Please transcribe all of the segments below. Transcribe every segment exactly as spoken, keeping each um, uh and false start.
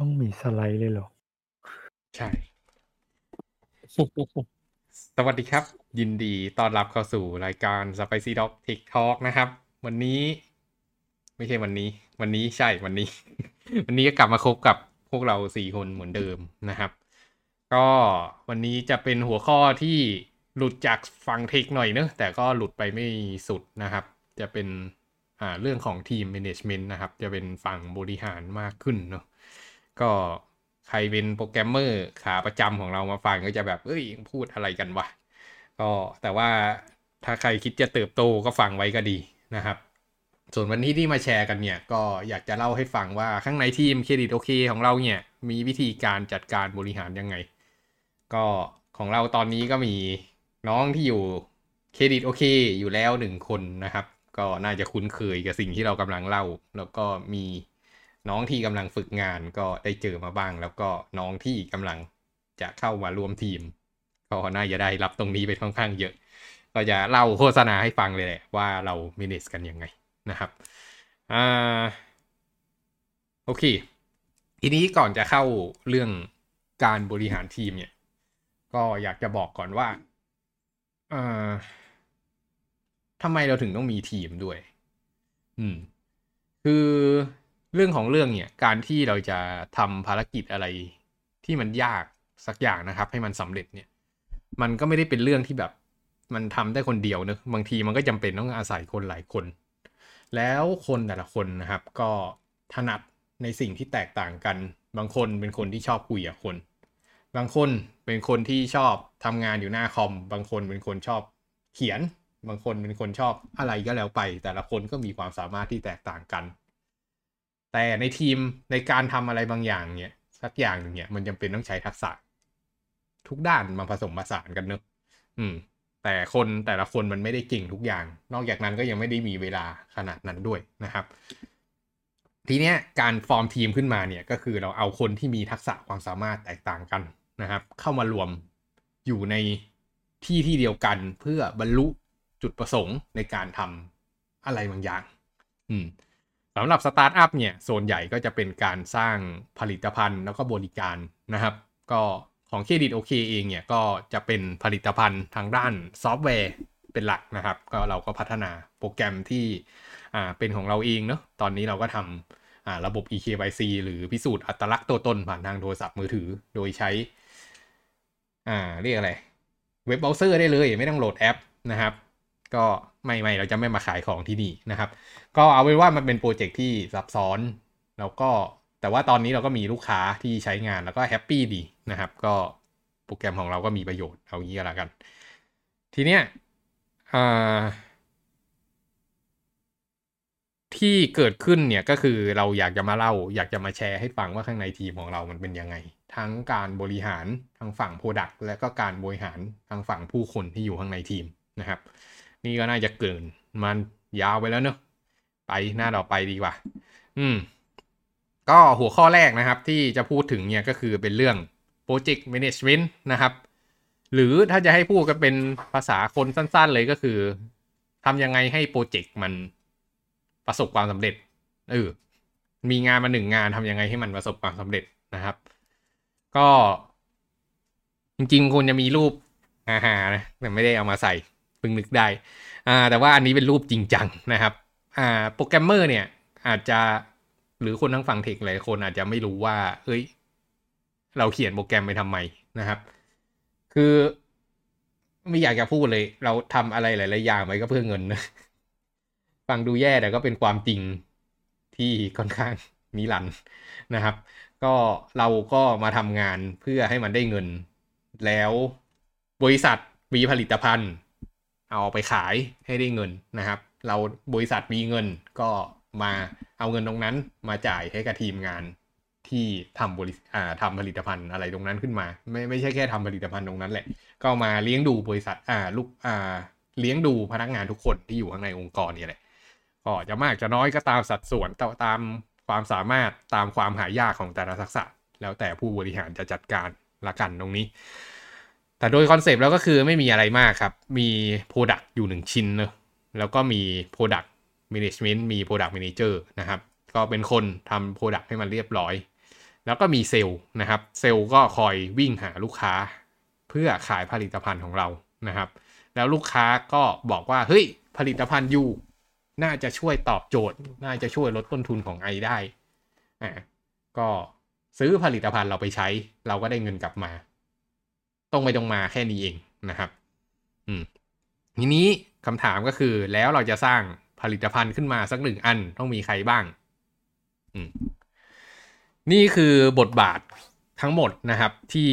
ต้องมีสไลด์เลยเหรอใช่ สวัสดีครับ ยินดีต้อนรับเข้าสู่รายการ Spicy Dog Tech Talk นะครับ วันนี้ไม่ใช่วันนี้ วันนี้ใช่วันนี้ วันนี้ก็กลับมาคบกับพวกเราสี่คนเหมือนเดิมนะครับ ก็วันนี้จะเป็นหัวข้อที่หลุดจากฝั่งเทคหน่อยเนอะแต่ก็หลุดไปไม่สุดนะครับ จะเป็นอ่าเรื่องของทีม management นะครับ จะเป็นฝั่งบริหารมากขึ้นเนอะก็ใครเป็นโปรแกรมเมอร์ขาประจำของเรามาฟังก็จะแบบเอ้ยพูดอะไรกันวะก็แต่ว่าถ้าใครคิดจะเติบโตก็ฟังไว้ก็ดีนะครับ ส่วนวันนี้ที่มาแชร์กันเนี่ยก็อยากจะเล่าให้ฟังว่าข้างในทีมเครดิตโอเคของเราเนี่ยมีวิธีการจัดการบริหารยังไงก็ของเราตอนนี้ก็มีน้องที่อยู่เครดิตโอเคอยู่แล้วหนึ่งคนนะครับก็น่าจะคุ้นเคยกับสิ่งที่เรากำลังเล่าแล้วก็มีน้องที่กำลังฝึกงานก็ได้เจอมาบ้างแล้วก็น้องที่กำลังจะเข้ามาร่วมทีมก็น่าจะได้รับตรงนี้ไปค่อนข้างเยอะก็จะเล่าโฆษณาให้ฟังเลยแหละว่าเรา manage กันยังไงนะครับอ่าโอเคทีนี้ก่อนจะเข้าเรื่องการบริหารทีมเนี่ยก็อยากจะบอกก่อนว่าอ่าทำไมเราถึงต้องมีทีมด้วยอืมคือเรื่องของเรื่องเนี่ยการที่เราจะทำภารกิจอะไรที่มันยากสักอย่างนะครับให้มันสำเร็จเนี่ยมันก็ไม่ได้เป็นเรื่องที่แบบมันทำได้คนเดียวเนอะบางทีมันก็จำเป็นต้องอาศัยคนหลายคน แล้วคนแต่ละคนนะครับก็ถนัดในสิ่งที่แตกต่างกัน บางคนเป็นคนที่ชอบคุยกับคน บางคนเป็นคนที่ชอบทำงานอยู่หน้าคอม บางคนเป็นคนชอบเขียน บางคนเป็นคนชอบอะไรก็แล้วไป แต่ละคนก็มีความสามารถที่แตกต่างกัน แต่ในทีมในการทำอะไรบางอย่างเนี่ยสักอย่างหนึ่งเนี่ยมันจำเป็นต้องใช้ทักษะทุกด้านมาผสมผสานกันเนอะอืมแต่คนแต่ละคนมันไม่ได้เก่งทุกอย่าง นอกจากนั้นก็ยังไม่ได้มีเวลาขนาดนั้นด้วยนะครับ ทีเนี้ยการฟอร์มทีมขึ้นมาเนี่ยก็คือเราเอาคนที่มีทักษะความสามารถแตกต่างกันนะครับเข้ามารวมอยู่ในที่ที่เดียวกันเพื่อบรรลุจุดประสงค์ในการทำอะไรบางอย่างอืมสำหรับสตาร์ทอัพเนี่ยส่วนใหญ่ก็จะเป็นการสร้างผลิตภัณฑ์แล้วก็บริการนะครับก็ของเครดิตโอเคเองเนี่ยก็จะเป็นผลิตภัณฑ์ทางด้านซอฟต์แวร์เป็นหลักนะครับก็เราก็พัฒนาโปรแกรมที่อ่าเป็นของเราเองเนาะตอนนี้เราก็ทำอ่าระบบ อี เค วาย ซี หรือพิสูจน์อัตลักษณ์ตัวตนผ่านทางโทรศัพท์มือถือโดยใช้อ่าเรียกอะไรเว็บเบราว์เซอร์ได้เลยไม่ต้องโหลดแอปนะครับก็ไม่ไม่เราจะไม่มาขายของที่นี่นะครับก็เอาเป็นว่ามันเป็นโปรเจกต์ที่ซับซ้อนแล้วก็แต่ว่าตอนนี้เราก็มีลูกค้าที่ใช้งานแล้วก็แฮปปี้ดีนะครับก็โปรแกรมของเราก็มีประโยชน์เอางี้ก็แล้วกันทีเนี้ยอ่า ที่เกิดขึ้นเนี่ยก็คือเราอยากจะมาเล่าอยากจะมาแชร์ให้ฟังว่าข้างในทีมของเรามันเป็นยังไงทั้งการบริหารทางฝั่ง Product และก็การบริหารทางฝั่งผู้คนที่อยู่ข้างในทีมนะครับนี่ก็น่าจะเกินมันยาวไปแล้วเนอะไปหน้าต่อไปดีกว่าอืมก็หัวข้อแรกนะครับที่จะพูดถึงเนี่ยก็คือเป็นเรื่อง Project Management นะครับหรือถ้าจะให้พูดกันเป็นภาษาคนสั้นๆเลยก็คือทำยังไงให้โปรเจกต์มันประสบความสำเร็จเออมีงานมาหนึ่งงานทำยังไงให้มันประสบความสำเร็จนะครับก็จริงๆควรจะมีรูปอาหานะแต่ไม่ได้เอามาใส่เพิ่งนึกได้อ่าแต่ว่าอันนี้เป็นรูปจริงจังนะครับอ่าโปรแกรมเมอร์เนี่ยอาจจะหรือคนทั้งฝั่งเทคหลายคนอาจจะไม่รู้ว่าเอ้ยเราเขียนโปรแกรมไปทำไมนะครับคือไม่อยากจะพูดเลยเราทำอะไรหลายๆอย่างไปก็เพื่อเงินนะ ฟังดูแย่แต่ก็เป็นความจริงที่ค่อนข้างนิรันดร์นะครับก็เราก็มาทำงานเพื่อให้มันได้เงินแล้วบริษัทมีผลิตภัณฑ์เอาไปขายให้ได้เงินนะครับเราบริษัทมีเงินก็มาเอาเงินตรงนั้นมาจ่ายให้กับทีมงานที่ทำบริอ่าทำผลิตภัณฑ์อะไรตรงนั้นขึ้นมาไม่ไม่ใช่แค่ทำผลิตภัณฑ์ตรงนั้นแหละก็มาเลี้ยงดูบริษัทอ่าลูกอ่าเลี้ยงดูพนักงานทุกคนที่อยู่ข้างในองค์กรนี่แหละ ก็จะมากจะน้อยก็ตามสัดส่วนตามความสามารถตามความหายากของแต่ละทักษะแล้วแต่ผู้บริหารจะจัดการละกันตรงนี้แต่โดยคอนเซปต์แล้วก็คือไม่มีอะไรมากครับมี Product อยู่หนึ่งชิ้นเนอะแล้วก็มี Product Management มี Product Manager นะครับก็เป็นคนทำ Product ให้มันเรียบร้อยแล้วก็มีเซลล์นะครับเซลล์ก็คอยวิ่งหาลูกค้าเพื่อขายผลิตภัณฑ์ของเรานะครับแล้วลูกค้าก็บอกว่าเฮ้ยผลิตภัณฑ์ยูน่าจะช่วยตอบโจทย์น่าจะช่วยลดต้นทุนของไอได้อ่าก็ซื้อผลิตภัณฑ์เราไปใช้เราก็ได้เงินกลับมาตรงไปตรงมาแค่นี้เองนะครับอืมทีนี้คำถามก็คือแล้วเราจะสร้างผลิตภัณฑ์ขึ้นมาสักหนึ่งอันต้องมีใครบ้างอืมนี่คือบทบาททั้งหมดนะครับที่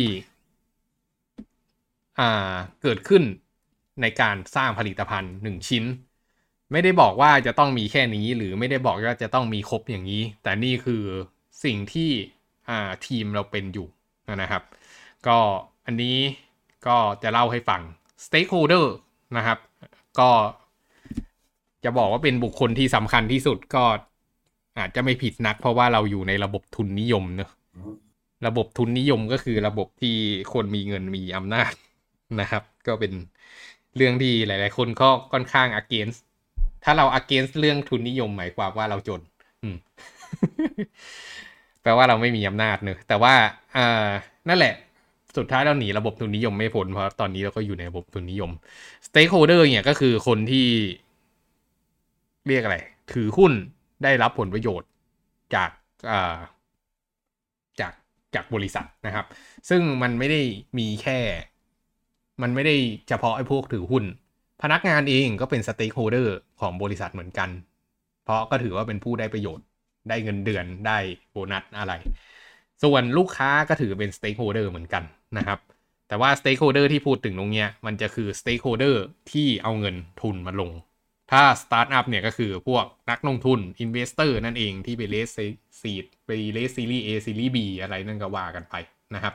อ่าเกิดขึ้นในการสร้างผลิตภัณฑ์หนึ่งชิ้นไม่ได้บอกว่าจะต้องมีแค่นี้หรือไม่ได้บอกว่าจะต้องมีครบอย่างนี้แต่นี่คือสิ่งที่อ่าทีมเราเป็นอยู่นะครับก็อันนี้ก็จะเล่าให้ฟัง stakeholder นะครับก็จะบอกว่าเป็นบุคคลที่สำคัญที่สุดก็อาจจะไม่ผิดนักเพราะว่าเราอยู่ในระบบทุนนิยมเนอะระบบทุนนิยมก็คือระบบที่คนมีเงินมีอำนาจนะครับก็เป็นเรื่องที่หลายๆคนก็ค่อนข้าง against ถ้าเรา against เรื่องทุนนิยมหมายความว่าเราจนอืม แปลว่าเราไม่มีอำนาจเนอะแต่ว่าอ่านั่นแหละสุดท้ายเราหนีระบบทุนนิยมไม่พ้นเพราะตอนนี้เราก็อยู่ในระบบทุนนิยม stakeholder เนี่ยก็คือคนที่เรียกอะไรถือหุ้นได้รับผลประโยชน์จากอ่าจากจากบริษัทนะครับซึ่งมันไม่ได้มีแค่มันไม่ได้เฉพาะไอ้พวกถือหุ้นพนักงานเองก็เป็น stakeholder ของบริษัทเหมือนกันเพราะก็ถือว่าเป็นผู้ได้ประโยชน์ได้เงินเดือนได้โบนัสอะไรส่วนลูกค้าก็ถือเป็น stakeholder เหมือนกันนะครับแต่ว่า stakeholder ที่พูดถึงตรงเนี้ยมันจะคือ stakeholder ที่เอาเงินทุนมาลงถ้าสตาร์ทอัพเนี่ยก็คือพวกนักลงทุน investor นั่นเองที่ไปเลสซีดไปเลสซีรีส์ A ซีรีส์ B อะไรนั่นก็ว่ากันไปนะครับ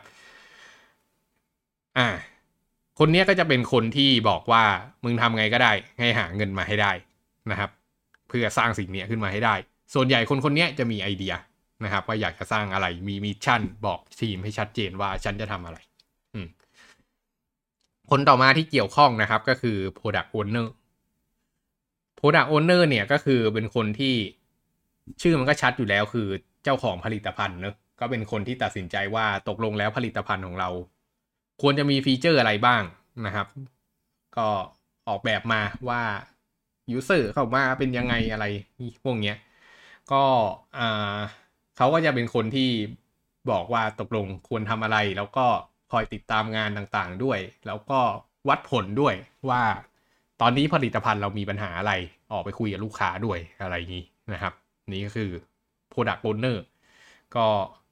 อ่าคนนี้ก็จะเป็นคนที่บอกว่ามึงทำไงก็ได้ให้หาเงินมาให้ได้นะครับเพื่อสร้างสิ่งนี้ขึ้นมาให้ได้ส่วนใหญ่คนคนนี้จะมีไอเดียนะครับว่าอยากจะสร้างอะไรมีมิชชั่นบอกทีมให้ชัดเจนว่าฉันจะทำอะไรอืมคนต่อมาที่เกี่ยวข้องนะครับก็คือ Product Owner Product Owner เนี่ยก็คือเป็นคนที่ชื่อมันก็ชัดอยู่แล้วคือเจ้าของผลิตภัณฑ์เนอะก็เป็นคนที่ตัดสินใจว่าตกลงแล้วผลิตภัณฑ์ของเราควรจะมีฟีเจอร์อะไรบ้างนะครับก็ออกแบบมาว่า user เข้ามาเป็นยังไงอะไรพวกเนี้ยก็อ่าเขาก็จะเป็นคนที่บอกว่าตกลงควรทำอะไรแล้วก็คอยติดตามงานต่างๆด้วยแล้วก็วัดผลด้วยว่าตอนนี้ผลิตภัณฑ์เรามีปัญหาอะไรออกไปคุยกับลูกค้าด้วยอะไรอย่างนี้นะครับนี่ก็คือ Product Owner ก็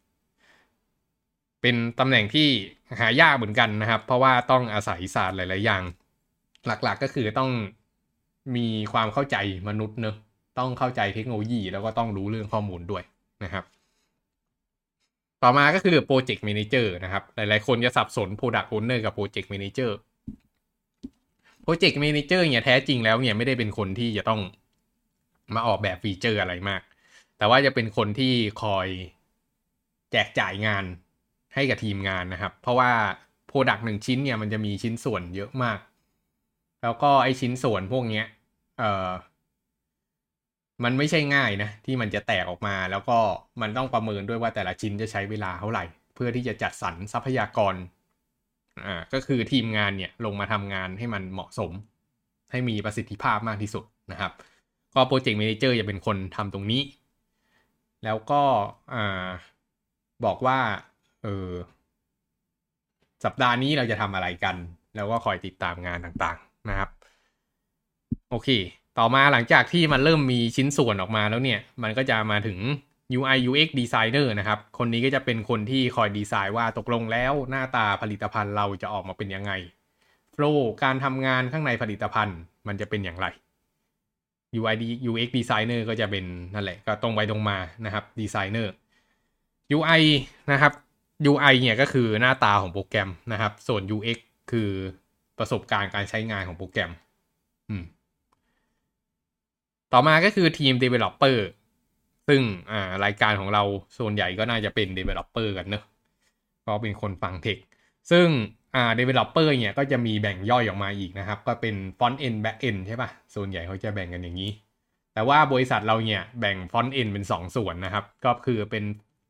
เป็นตำแหน่งที่หายากเหมือนกันนะครับเพราะว่าต้องอาศัยศาสตร์หลายๆอย่างหลักๆก็คือต้องมีความเข้าใจมนุษย์เนอะต้องเข้าใจเทคโนโลยีแล้วก็ต้องรู้เรื่องข้อมูลด้วยนะครับต่อมาก็คือ Project Manager นะครับหลายๆคนจะสับสน Product Owner กับ Project Manager Project Manager เนี่ยแท้จริงแล้วเนี่ยไม่ได้เป็นคนที่จะต้องมาออกแบบฟีเจอร์อะไรมากแต่ว่าจะเป็นคนที่คอยแจกจ่ายงานให้กับทีมงานนะครับเพราะว่า Product หนึ่งชิ้นเนี่ยมันจะมีชิ้นส่วนเยอะมากแล้วก็ไอชิ้นส่วนพวกเนี้ยเอ่อมันไม่ใช่ง่ายนะที่มันจะแตกออกมาแล้วก็มันต้องประเมินด้วยว่าแต่ละชิ้นจะใช้เวลาเท่าไหร่เพื่อที่จะจัดสรรทรัพยากรอ่าก็คือทีมงานเนี่ยลงมาทำงานให้มันเหมาะสมให้มีประสิทธิภาพมากที่สุดนะครับก็โปรเจกต์แมเนเจอร์จะเป็นคนทำตรงนี้ แล้วก็อ่าบอกว่าเออสัปดาห์นี้เราจะทำอะไรกันแล้วก็คอยติดตามงานต่างๆนะครับโอเคต่อมาหลังจากที่มันเริ่มมีชิ้นส่วนออกมาแล้วเนี่ยมันก็จะมาถึง ยู ไอ ยู เอ็กซ์ designer นะครับคนนี้ก็จะเป็นคนที่คอยดีไซน์ว่าตกลงแล้วหน้าตาผลิตภัณฑ์เราจะออกมาเป็นยังไงโฟลว์การทำงานข้างในผลิตภัณฑ์มันจะเป็นอย่างไร ยู ไอ ยู เอ็กซ์ designer ก็จะเป็นนั่นแหละก็ตรงไปตรงมานะครับ designer ยู ไอ นะครับ ยู ไอ เนี่ยก็คือหน้าตาของโปรแกรมนะครับส่วน ยู เอ็กซ์ คือประสบการณ์การใช้งานของโปรแกรมอืมต่อมาก็คือทีม developer ซึ่งอ่ารายการของเราส่วนใหญ่ก็น่าจะเป็น developer กันเนอะก็เป็นคนฟังเทคซึ่งอ่า developer เนี่ยก็จะมีแบ่งย่อยออกมาอีกนะครับก็เป็น front end back end ใช่ป่ะส่วนใหญ่เขาจะแบ่งกันอย่างนี้แต่ว่าบริษัทเราเนี่ยแบ่ง front end เป็นสองส่วนนะครับก็คือเป็น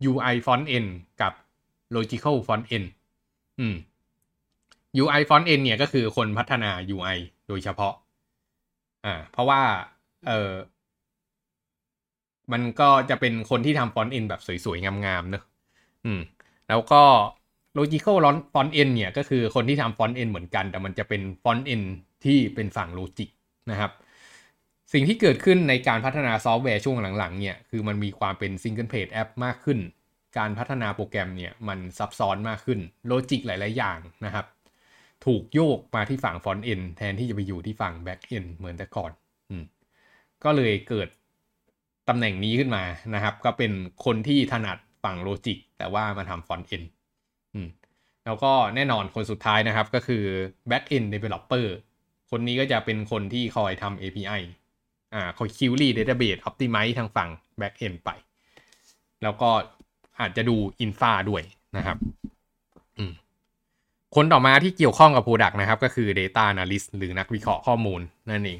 ยู ไอ Front End กับ Logical Front End อืม ยู ไอ Front End เนี่ยก็คือคนพัฒนา ยู ไอ โดยเฉพาะอ่าเพราะว่าเออมันก็จะเป็นคนที่ทำ Front End แบบสวยๆงามๆเนอะอืมแล้วก็ Logical Front End เนี่ยก็คือคนที่ทำ Front End เหมือนกันแต่มันจะเป็น Front End ที่เป็นฝั่ง Logic นะครับสิ่งที่เกิดขึ้นในการพัฒนาซอฟต์แวร์ช่วงหลังๆเนี่ยคือมันมีความเป็น Single Page App มากขึ้นการพัฒนาโปรแกรมเนี่ยมันซับซ้อนมากขึ้นโลจิกหลายๆอย่างนะครับถูกโยกมาที่ฝั่ง Front End แทนที่จะไปอยู่ที่ฝั่ง Back End เหมือนแต่ก่อนอืมก็เลยเกิดตำแหน่งนี้ขึ้นมานะครับก็เป็นคนที่ถนัดฝั่งโลจิกแต่ว่ามาทำ Front End อืมแล้วก็แน่นอนคนสุดท้ายนะครับก็คือ Back End Developer คนนี้ก็จะเป็นคนที่คอยทำ เอ พี ไอ อ่าคอย Query Database Optimize ทางฝั่ง Back End ไปแล้วก็อาจจะดู Infra ด้วยนะครับอืมคนต่อมาที่เกี่ยวข้องกับ Product นะครับก็คือ Data Analyst หรือนักวิเคราะห์ข้อมูลนั่นเอง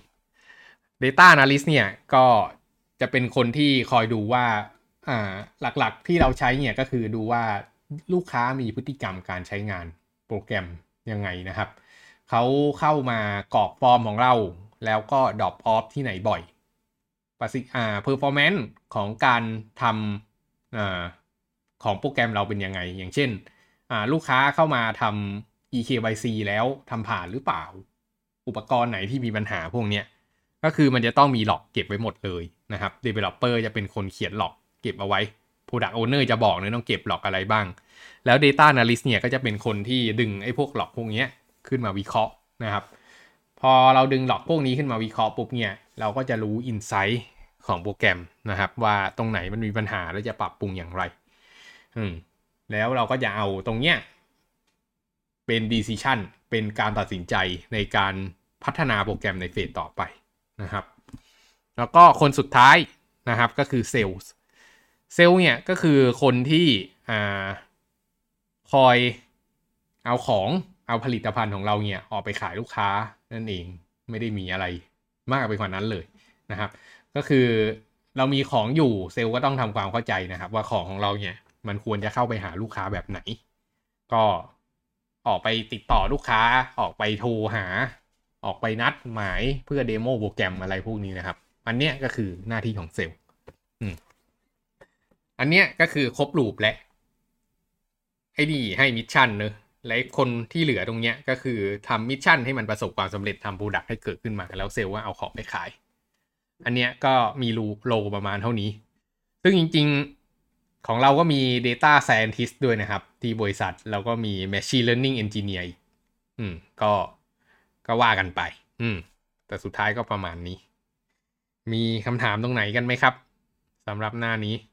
Data Analyst เนี่ยก็จะเป็นคนที่คอยดูว่าอ่าหลักๆที่เราใช้เนี่ยก็คือดูว่าลูกค้ามีพฤติกรรมการใช้งานโปรแกรมยังไงนะครับเขาเข้ามากรอกฟอร์มของเราแล้วก็ drop off ที่ไหนบ่อยประสิทธิอ่า performance ของการทำอ่าของโปรแกรมเราเป็นยังไงอย่างเช่นอ่าลูกค้าเข้ามาทำ อี เค วาย ซี แล้วทำผ่านหรือเปล่าอุปกรณ์ไหนที่มีปัญหาพวกเนี้ยก็คือมันจะต้องมีล็อกเก็บไว้หมดเลยนะครับ developer จะเป็นคนเขียนล็อกเก็บเอาไว้ product owner จะบอกเลยต้องเก็บล็อกอะไรบ้างแล้ว data analyst เนี่ยก็จะเป็นคนที่ดึงไอ้พวกล็อกพวกนี้ขึ้นมาวิเคราะห์นะครับพอเราดึงล็อกพวกนี้ขึ้นมาวิเคราะห์ปุ๊บเนี่ยเราก็จะรู้ insight ของโปรแกรมนะครับว่าตรงไหนมันมีปัญหาแล้วจะปรับปรุงอย่างไรอืมแล้วเราก็จะเอาตรงเนี้ยเป็น decision เป็นการตัดสินใจในการพัฒนาโปรแกรมในเฟสต่อไปนะครับแล้วก็คนสุดท้ายนะครับก็คือเซลล์เซลล์เนี่ยก็คือคนที่อ่าคอยเอาของเอาผลิตภัณฑ์ของเราเนี่ยออกไปขายลูกค้านั่นเองไม่ได้มีอะไรมากไปกว่านั้นเลยนะครับก็คือเรามีของอยู่เซลล์ก็ต้องทำความเข้าใจนะครับว่าของของเราเนี่ยมันควรจะเข้าไปหาลูกค้าแบบไหนก็ออกไปติดต่อลูกค้าออกไปโทรหาออกไปนัดหมายเพื่อเดโมโปรแกรมอะไรพวกนี้นะครับอันเนี้ยก็คือหน้าที่ของเซลล์อืมอันเนี้ยก็คือครบลูปและไอ้นี่ให้มิชชั่นเนอะและคนที่เหลือตรงเนี้ยก็คือทำมิชชั่นให้มันประสบความสำเร็จทำโปรดักต์ให้เกิดขึ้นมาแล้วเซลล์ว่าเอาของไปขายอันเนี้ยก็มีรูโลประมาณเท่านี้ซึ่งจริงๆของเราก็มี Data Scientist ด้วยนะครับที่บริษัทแล้วก็มี Machine Learning Engineer อีกอืมก็ก็ว่ากันไปอืมแต่สุดท้ายก็ประมาณนี้มีคำถามตรงไหนกันไหมครับสำหรับหน้านี้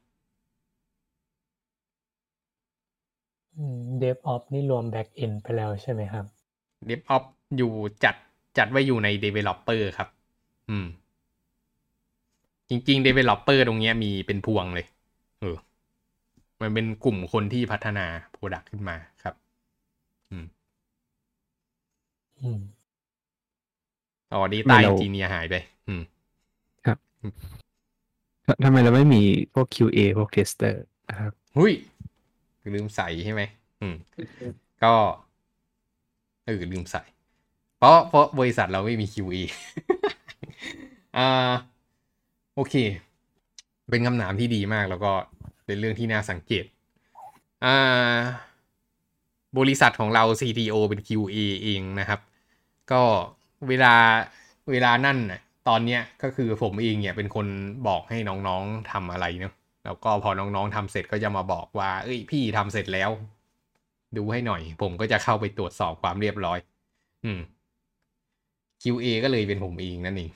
เดฟออฟนี่รวมแบ็กเอนไปแล้วใช่ไหมครับ DevOps อยู่จัดจัดไว้อยู่ใน Developer ครับอืมจริงๆ Developer ตรงเนี้ยมีเป็นพวงเลยเออมันเป็นกลุ่มคนที่พัฒนา Product ขึ้นมาครับอืมอืมอ๋อ Data Engineer หายไปอืมครับทำไมเราไม่มีพวก คิว เอ พวก Tester นะครับหุยลืมใส่ใช่ไหมอืมก็เออลืมใส่เพราะเพราะบริษัทเราไม่มี คิว เอ อ่าโอเคเป็นคำถามที่ดีมากแล้วก็เป็นเรื่องที่น่าสังเกตอ่าบริษัทของเรา ซี ที โอ เป็น คิว เอ เองนะครับก็เวลาเวลานั่นน่ะตอนเนี้ยก็คือผมเองเนี่ยเป็นคนบอกให้น้องๆทำอะไรเนาะแล้วก็พอน้องๆทำเสร็จก็จะมาบอกว่าเอ้ยพี่ทำเสร็จแล้วดูให้หน่อยผมก็จะเข้าไปตรวจสอบความเรียบร้อยอืม คิว เอ ก็เลยเป็นผมเองนั่นเอง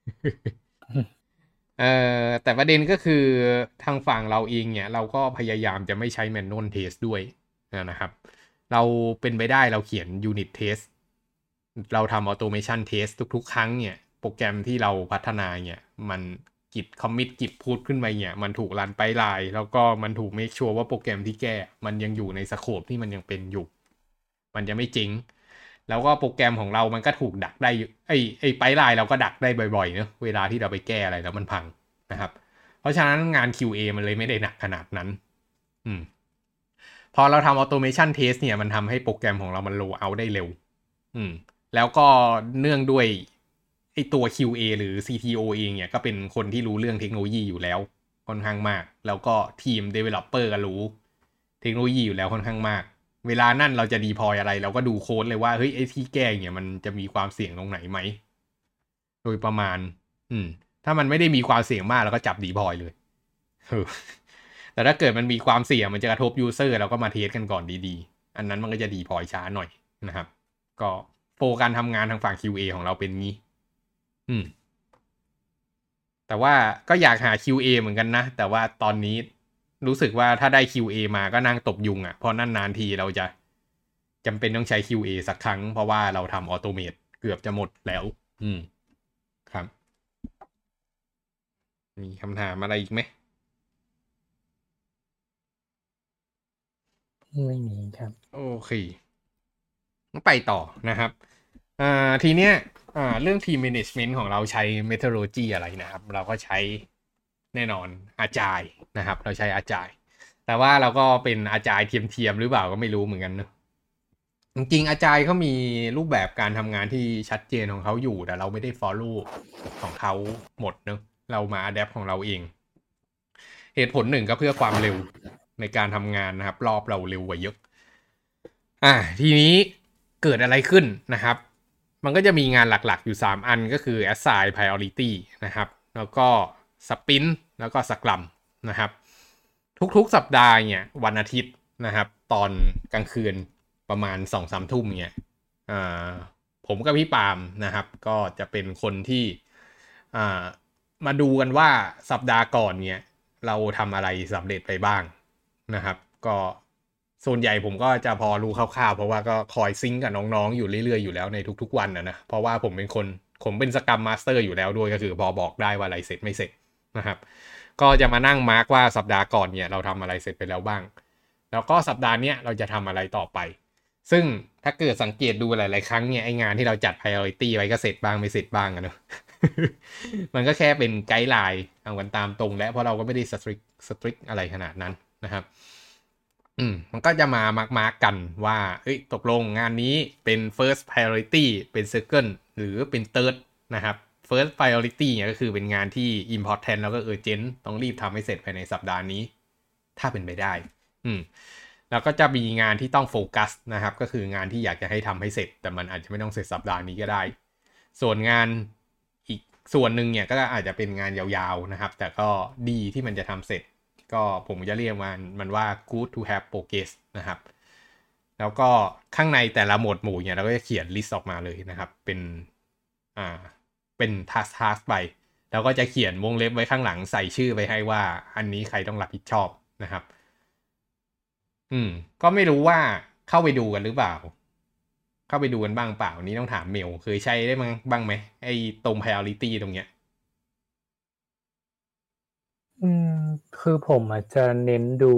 เอ่อแต่ประเด็นก็คือทางฝั่งเราเองเนี่ยเราก็พยายามจะไม่ใช้ manual test ด้วยนะครับเราเป็นไปได้เราเขียน unit test เราทำ automation test ทุกๆครั้งเนี่ยโปรแกรมที่เราพัฒนาเนี่ยมันกิจ commit กิจพูดขึ้นไปเนี่ยมันถูกรันไปไลน์แล้วก็มันถูก make sure ว่าโปรแกรมที่แก้มันยังอยู่ในสโคปที่มันยังเป็นอยู่มันจะไม่จริงแล้วก็โปรแกรมของเรามันก็ถูกดักได้ไอ้ไอ้ไปไลน์เราก็ดักได้บ่อยๆเนอะเวลาที่เราไปแก้อะไรแล้วมันพังนะครับเพราะฉะนั้นงาน คิว เอ มันเลยไม่ได้หนักขนาดนั้นอืมพอเราทำ automation test เนี่ยมันทำให้โปรแกรมของเรามัน roll out ได้เร็วอืมแล้วก็เนื่องด้วยไอตัว คิว เอ หรือ ซี ที โอ เองเนี่ยก็เป็นคนที่รู้เรื่องเทคโนโลยีอยู่แล้วค่อนข้างมากแล้วก็ทีม developer ก็รู้เทคโนโลยีอยู่แล้วค่อนข้างมากเวลานั่นเราจะ deploy อะไรเราก็ดูโค้ดเลยว่าเฮ้ยไอ้ที่แก้เนี่ยมันจะมีความเสี่ยงตรงไหนไหมโดยประมาณอืมถ้ามันไม่ได้มีความเสี่ยงมากเราก็จับ deploy เลยแต่ถ้าเกิดมันมีความเสี่ยงมันจะกระทบ user เราก็มาเทสกันก่อนดีๆอันนั้นมันก็จะ deploy ช้าหน่อยนะครับก็โฟการทำงานทางฝั่ง คิว เอ ของเราเป็นงี้อืมแต่ว่าก็อยากหา คิว เอ เหมือนกันนะแต่ว่าตอนนี้รู้สึกว่าถ้าได้ คิว เอ มาก็นั่งตบยุงอ่ะเพราะนานๆทีเราจะจำเป็นต้องใช้ คิว เอ สักครั้งเพราะว่าเราทำออโตเมตเกือบจะหมดแล้วอืมครับมีคำถามอะไรอีกไหมไม่มีครับโอเคไปต่อนะครับอ่าทีเนี้ยอ่าเรื่อง team management ของเราใช้ methodology อะไรนะครับเราก็ใช้แน่นอน Agile นะครับเราใช้ Agile แต่ว่าเราก็เป็น Agile เทียมๆหรือเปล่าก็ไม่รู้เหมือนกันเนอะจริงๆ Agile เขามีรูปแบบการทำงานที่ชัดเจนของเขาอยู่แต่เราไม่ได้ follow ของเขาหมดเนอะเรามา adapt ของเราเองเหตุผลหนึ่งก็เพื่อความเร็วในการทำงานนะครับรอบเราเร็วกว่าเยอะอ่าทีนี้เกิดอะไรขึ้นนะครับมันก็จะมีงานหลักๆอยู่สามอันก็คือ assign priority นะครับแล้วก็ sprint แล้วก็ scrum นะครับทุกๆสัปดาห์เนี่ยวันอาทิตย์นะครับตอนกลางคืนประมาณ สองถึงสาม ทุ่มเนี่ยอ่าผมกับพี่ปาล์มนะครับก็จะเป็นคนที่อ่ามาดูกันว่าสัปดาห์ก่อนเนี่ยเราทำอะไรสำเร็จไปบ้างนะครับก็ส่วนใหญ่ผมก็จะพอรู้คร่าวๆเพราะว่าก็คอยซิงก์กับน้องๆอยู่เรื่อยๆอยู่แล้วในทุกๆวันนะนะเพราะว่าผมเป็นคนผมเป็นสกรัมมาสเตอร์อยู่แล้วด้วยก็คือพอบอกได้ว่าอะไรเสร็จไม่เสร็จนะครับก็จะมานั่งมาร์กว่าสัปดาห์ก่อนเนี่ยเราทำอะไรเสร็จไปแล้วบ้างแล้วก็สัปดาห์เนี้ยเราจะทำอะไรต่อไปซึ่งถ้าเกิดสังเกตดูหลายๆครั้งเนี่ยไองานที่เราจัด priority ไว้ก็เสร็จบ้างไม่เสร็จบ้างอะเนอะ มันก็แค่เป็นไกด์ไลน์เอากันตามตรงและเพราะเราก็ไม่ได้สตริกสตริกอะไรขนาดนั้นนะครับอืมมันก็จะมามาร์กมาร์กกันว่าเอ้ยตกลงงานนี้เป็น first priority เป็น second หรือเป็น third นะครับ first priority เนี่ยก็คือเป็นงานที่ important แล้วก็ urgent ต้องรีบทำให้เสร็จภายในสัปดาห์นี้ถ้าเป็นไปได้อืมแล้วก็จะมีงานที่ต้องโฟกัสนะครับก็คืองานที่อยากจะให้ทำให้เสร็จแต่มันอาจจะไม่ต้องเสร็จสัปดาห์นี้ก็ได้ส่วนงานอีกส่วนหนึ่งเนี่ยก็อาจจะเป็นงานยาวๆนะครับแต่ก็ดีที่มันจะทำเสร็จก็ผมจะเรียกมันมันว่า good to have progress นะครับแล้วก็ข้างในแต่ละหมวดหมู่เนี่ยเราก็จะเขียนลิสต์ออกมาเลยนะครับเป็นอ่าเป็น task task ไปแล้วก็จะเขียนวงเล็บไว้ข้างหลังใส่ชื่อไปให้ว่าอันนี้ใครต้องรับผิดชอบนะครับอืมก็ไม่รู้ว่าเข้าไปดูกันหรือเปล่าเข้าไปดูกันบ้างเปล่านี้ต้องถามเมลเคยใช้ได้มั้งบ้างไหมไอ้ตรง priority ตรงเนี้ยอืมคือผมอาจจะเน้นดู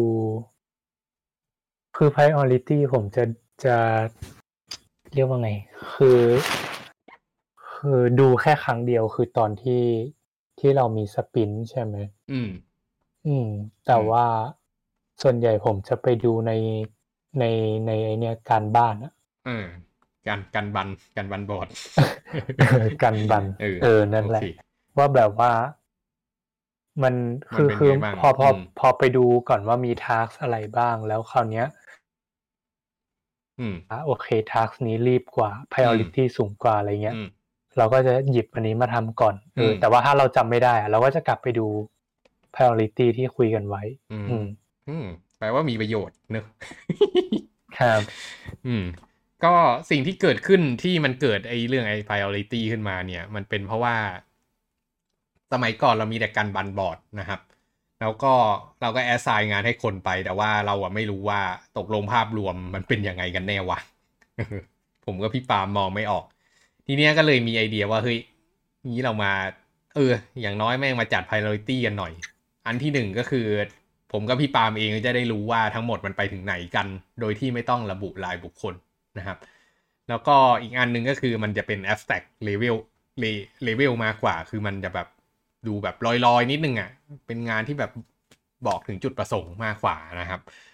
คือ priority ผมจะจะเรียกว่าไงคือคือดูแค่ครั้งเดียวคือตอนที่ที่เรามีสปรินต์ใช่ไหมอืมอืมแต่ว่าส่วนใหญ่ผมจะไปดูในในในไอเนี้ยการบ้านอะเออการการบันการบันบอร์ดกันบันเออเออนั่นโอแหละเคว่าแบบว่ามันมันคือเป็นคือไงบ้างพอพออืมพอไปดูก่อนว่ามีทาสอะไรบ้างแล้วคราวเนี้ยอืมอ่ะโอเคทาสนี้รีบกว่า priority สูงกว่าอะไรเงี้ยอืมเราก็จะหยิบอันนี้มาทำก่อนเอออืมแต่ว่าถ้าเราจำไม่ได้อะเราก็จะกลับไปดู priority ที่คุยกันไว้อืมอืมอืม แปลว่ามีประโยชน์เนอะครับอืม ก็สิ่งที่เกิดขึ้นที่มันเกิดไอ้เรื่องไอ้ priority ขึ้นมาเนี่ย มันเป็นเพราะว่า สมัยก่อนเรามีแต่การบันบอร์ดนะครับ แล้วก็เราก็แอสไซน์งานให้คนไป แต่ว่าเราอะไม่รู้ว่าตกลงภาพรวมมันเป็นยังไงกันแน่วะ ผมก็พี่ปาล์มมองไม่ออก ทีเนี้ยก็เลยมีไอเดียว่าเฮ้ยนี้เรามา เออ อย่างน้อยแม่งมาจัด priority กันหน่อย อันที่หนึ่งก็คือ ผมกับพี่ปาล์มเองจะได้รู้ว่าทั้งหมดมันไปถึงไหนกัน โดยที่ไม่ต้องระบุรายบุคคลนะครับ แล้วก็อีกอันหนึ่งก็คือมันจะเป็น abstract level level มากกว่า คือมันจะแบบดูแบบลอยๆนิดนึงอ่ะ เป็นงานที่แบบบอกถึงจุดประสงค์มากกว่านะครับ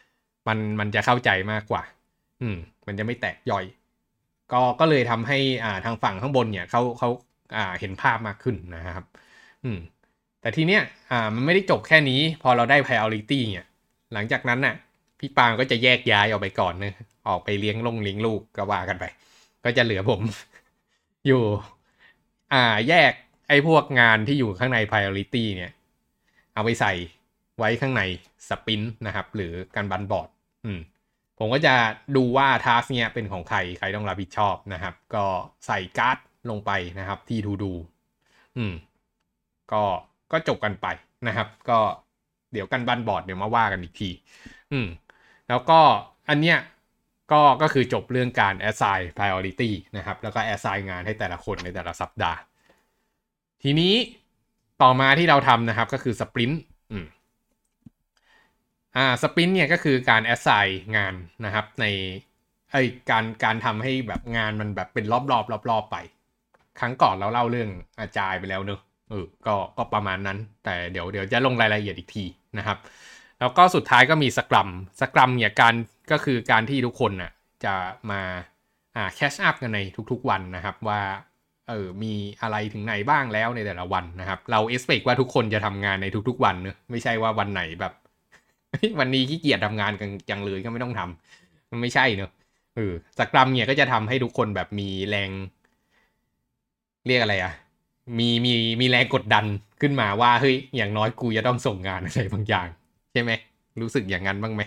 มันมันจะเข้าใจมากกว่าอืมมันจะไม่แตกย่อยก็ก็เลยทำให้อ่าทางฝั่งข้างบนเนี่ยเขาเขาอ่าเห็นภาพมากขึ้นนะครับอืมแต่ทีเนี้ยอ่ามันไม่ได้จบแค่นี้พอเราได้ priority เนี่ยหลังจากนั้นน่ะพี่ปางก็จะแยกย้ายออกไปก่อนเนอะออกไปเลี้ยงลงเลี้ยงลูกก็ว่ากันไปก็จะเหลือผม อยู่อ่าแยกไอ้พวกงานที่อยู่ข้างใน priority เนี่ยเอาไปใส่ไว้ข้างในสปินนะครับหรือการบันบอร์ดอืมผมก็จะดูว่าทาสเนี่ยเป็นของใครใครต้องรับผิดชอบนะครับก็ใส่การ์ดลงไปนะครับที่ to do อืมก็ก็จบกันไปนะครับก็เดี๋ยวกันบันบอร์ดเดี๋ยวมาว่ากันอีกทีอืมแล้วก็อันเนี้ยก็ก็คือจบเรื่องการ assign priority นะครับแล้วก็ assign งานให้แต่ละคนในแต่ละสัปดาห์ทีนี้ต่อมาที่เราทำนะครับก็คือ sprint อืมอ่า sprint เนี่ยก็คือการ assign งานนะครับในไอ้การการทำให้แบบงานมันแบบเป็นรอบๆรอบๆไปครั้งก่อนเราเล่าเรื่องอาจายไปแล้วเนอะเออก็ก็ประมาณนั้นแต่เดี๋ยวเดี๋ยวจะลงรายละเอียดอีกทีนะครับแล้วก็สุดท้ายก็มีสครัมสครัมเนี่ยการก็คือการที่ทุกคนน่ะจะมาอ่าแคชอัพกันในทุกๆวันนะครับว่าเออมีอะไรถึงไหนบ้างแล้วในแต่ละวันนะครับเราเอสเปคว่าทุกคนจะทำงานในทุกๆวันเนอะไม่ใช่ว่าวันไหนแบบ วันนี้ขี้เกียจทำงานกันจังเลยก็ไม่ต้องทำมันไม่ใช่เนอะเออสครัมเนี่ยก็จะทำให้ทุกคนแบบมีแรงเรียกอะไรอะมีมีมีแรงกดดันขึ้นมาว่าเฮ้ยอย่างน้อยกูจะต้องส่งงานอะไรบางอย่างใช่ไหมรู้สึกอย่างนั้นบ้างไหม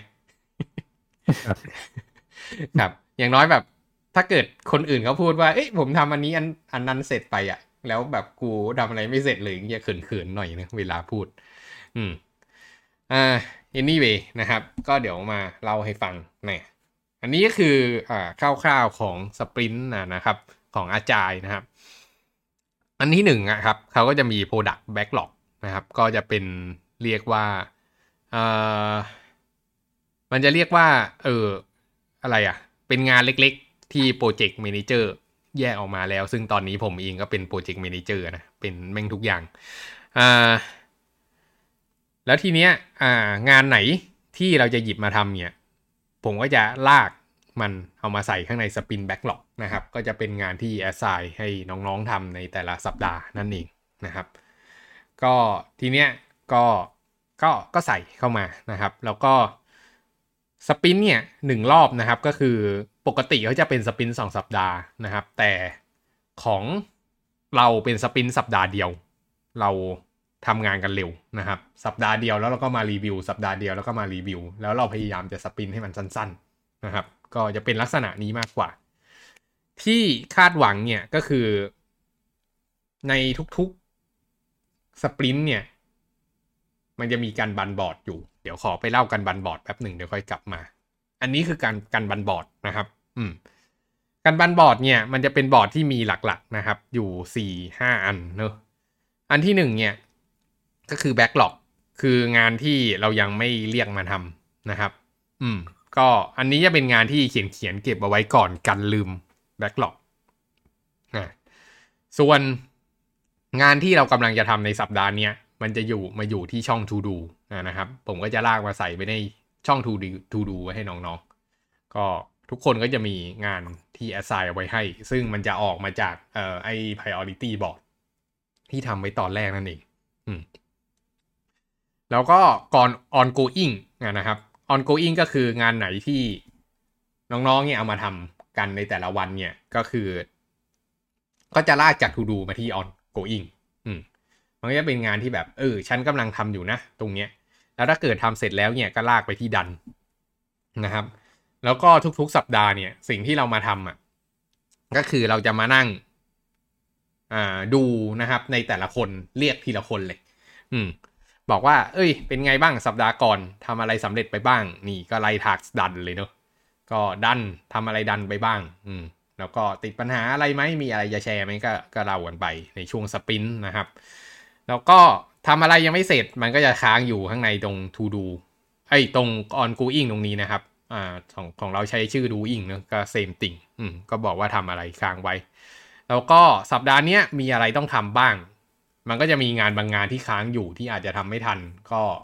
ครับอย่างน้อยแบบถ้าเกิดคนอื่นเขาพูดว่าเอ้ยผมทำอันนี้อันอันนั้นเสร็จไปอ่ะแล้วแบบกูทำอะไรไม่เสร็จเลยอย่าเขินๆหน่อยนะเวลาพูดอืมอ่า anyway นะครับก็เดี๋ยวมาเล่าให้ฟังเนี่ยอันนี้ก็คืออ่าคร่าวๆของสปรินต์นะครับของอาจายนะครับอันที่หนึ่งอะครับเขาก็จะมี product backlog นะครับก็จะเป็นเรียกว่าเอ่อมันจะเรียกว่าเอออะไรอ่ะเป็นงานเล็กๆที่โปรเจกต์แมเนเจอร์แยกออกมาแล้วซึ่งตอนนี้ผมเองก็เป็นโปรเจกต์แมเนเจอร์นะเป็นแม่งทุกอย่างอ่าแล้วทีเนี้ยอ่างานไหนที่เราจะหยิบมาทำเนี่ยผมก็จะลากมันเอามาใส่ข้างในสปินแบ็กหลอกนะครับก็จะเป็นงานที่แอสไซน์ให้น้องๆทำในแต่ละสัปดาห์นั่นเองนะครับก็ทีเนี้ยก็ก็ก็ใส่เข้ามานะครับแล้วก็สปินเนี่ยหนึ่งรอบนะครับก็คือปกติเขาจะเป็นสปินสองสัปดาห์นะครับแต่ของเราเป็นสปินสัปดาห์เดียวเราทำงานกันเร็วนะครับสัปดาห์เดียวแล้วเราก็มารีวิวสัปดาห์เดียวแล้วก็มารีวิวแล้วเราพยายามจะสปินให้มันสั้นๆนะครับก็จะเป็นลักษณะนี้มากกว่าที่คาดหวังเนี่ยก็คือในทุกๆสปรินต์เนี่ยมันจะมีการบันบอร์ดอยู่เดี๋ยวขอไปเล่ากันบันบอร์ดแป๊บหนึ่งเดี๋ยวค่อยกลับมาอันนี้คือการการบันบอร์ดนะครับอืมการบันบอร์ดเนี่ยมันจะเป็นบอร์ดที่มีหลักๆนะครับอยู่ สี่ห้า อันเนอะอันที่หนึ่งเนี่ยก็คือแบ็กหลอกคืองานที่เรายังไม่เรียกมาทำนะครับอืมก็อันนี้จะเป็นงานที่เขียนเขียนเก็บเอาไว้ก่อนกันลืมแบ็กหลอกนะส่วนงานที่เรากำลังจะทำในสัปดาห์นี้มันจะอยู่มาอยู่ที่ช่อง to do นะครับผมก็จะลากมาใส่ไปในช่อง to do to do ไว้ให้น้องๆก็ทุกคนก็จะมีงานที่ assign เอาไว้ให้ซึ่งมันจะออกมาจากเอ่อไอ้ priority board ที่ทำไว้ตอนแรกนั่นเองอืมแล้วก็ก่อน ongoing นะครับ ongoing ก็คืองานไหนที่น้องๆเนี่ยเอามาทำกันในแต่ละวันเนี่ยก็คือก็จะลากจาก to do มาที่ ongoing อืมมันก็จะเป็นงานที่แบบเออฉันกำลังทำอยู่นะตรงเนี้ยแล้วถ้าเกิดทำเสร็จแล้วเนี่ยก็ลากไปที่ดันนะครับแล้วก็ทุกๆสัปดาห์เนี่ยสิ่งที่เรามาทำอ่ะก็คือเราจะมานั่งอ่าดูนะครับในแต่ละคนเรียกทีละคนเลยอืมบอกว่าเอ้ยเป็นไงบ้างสัปดาห์ก่อนทำอะไรสำเร็จไปบ้างนี่ก็ไล่ทักดันเลยเนาะก็ดันทำอะไรดันไปบ้างอืมแล้วก็ติดปัญหาอะไรไหมมีอะไรจะแชร์ไหมก็ก็เล่ากันไปในช่วงสปรินต์นะครับแล้วก็ทำอะไรยังไม่เสร็จมันก็จะค้างอยู่ข้างในตรง to do ไอ้ตรง ongoing ตรงนี้นะครับอ่าของของเราใช้ชื่อ doing เนอะก็ same thing อืมก็บอกว่าทำอะไรค้างไว้แล้วก็สัปดาห์นี้มีอะไรต้องทำบ้างมันก็จะมีงานบางงานที่ค้างอยู่ที่อาจจะทำไม่ทันก็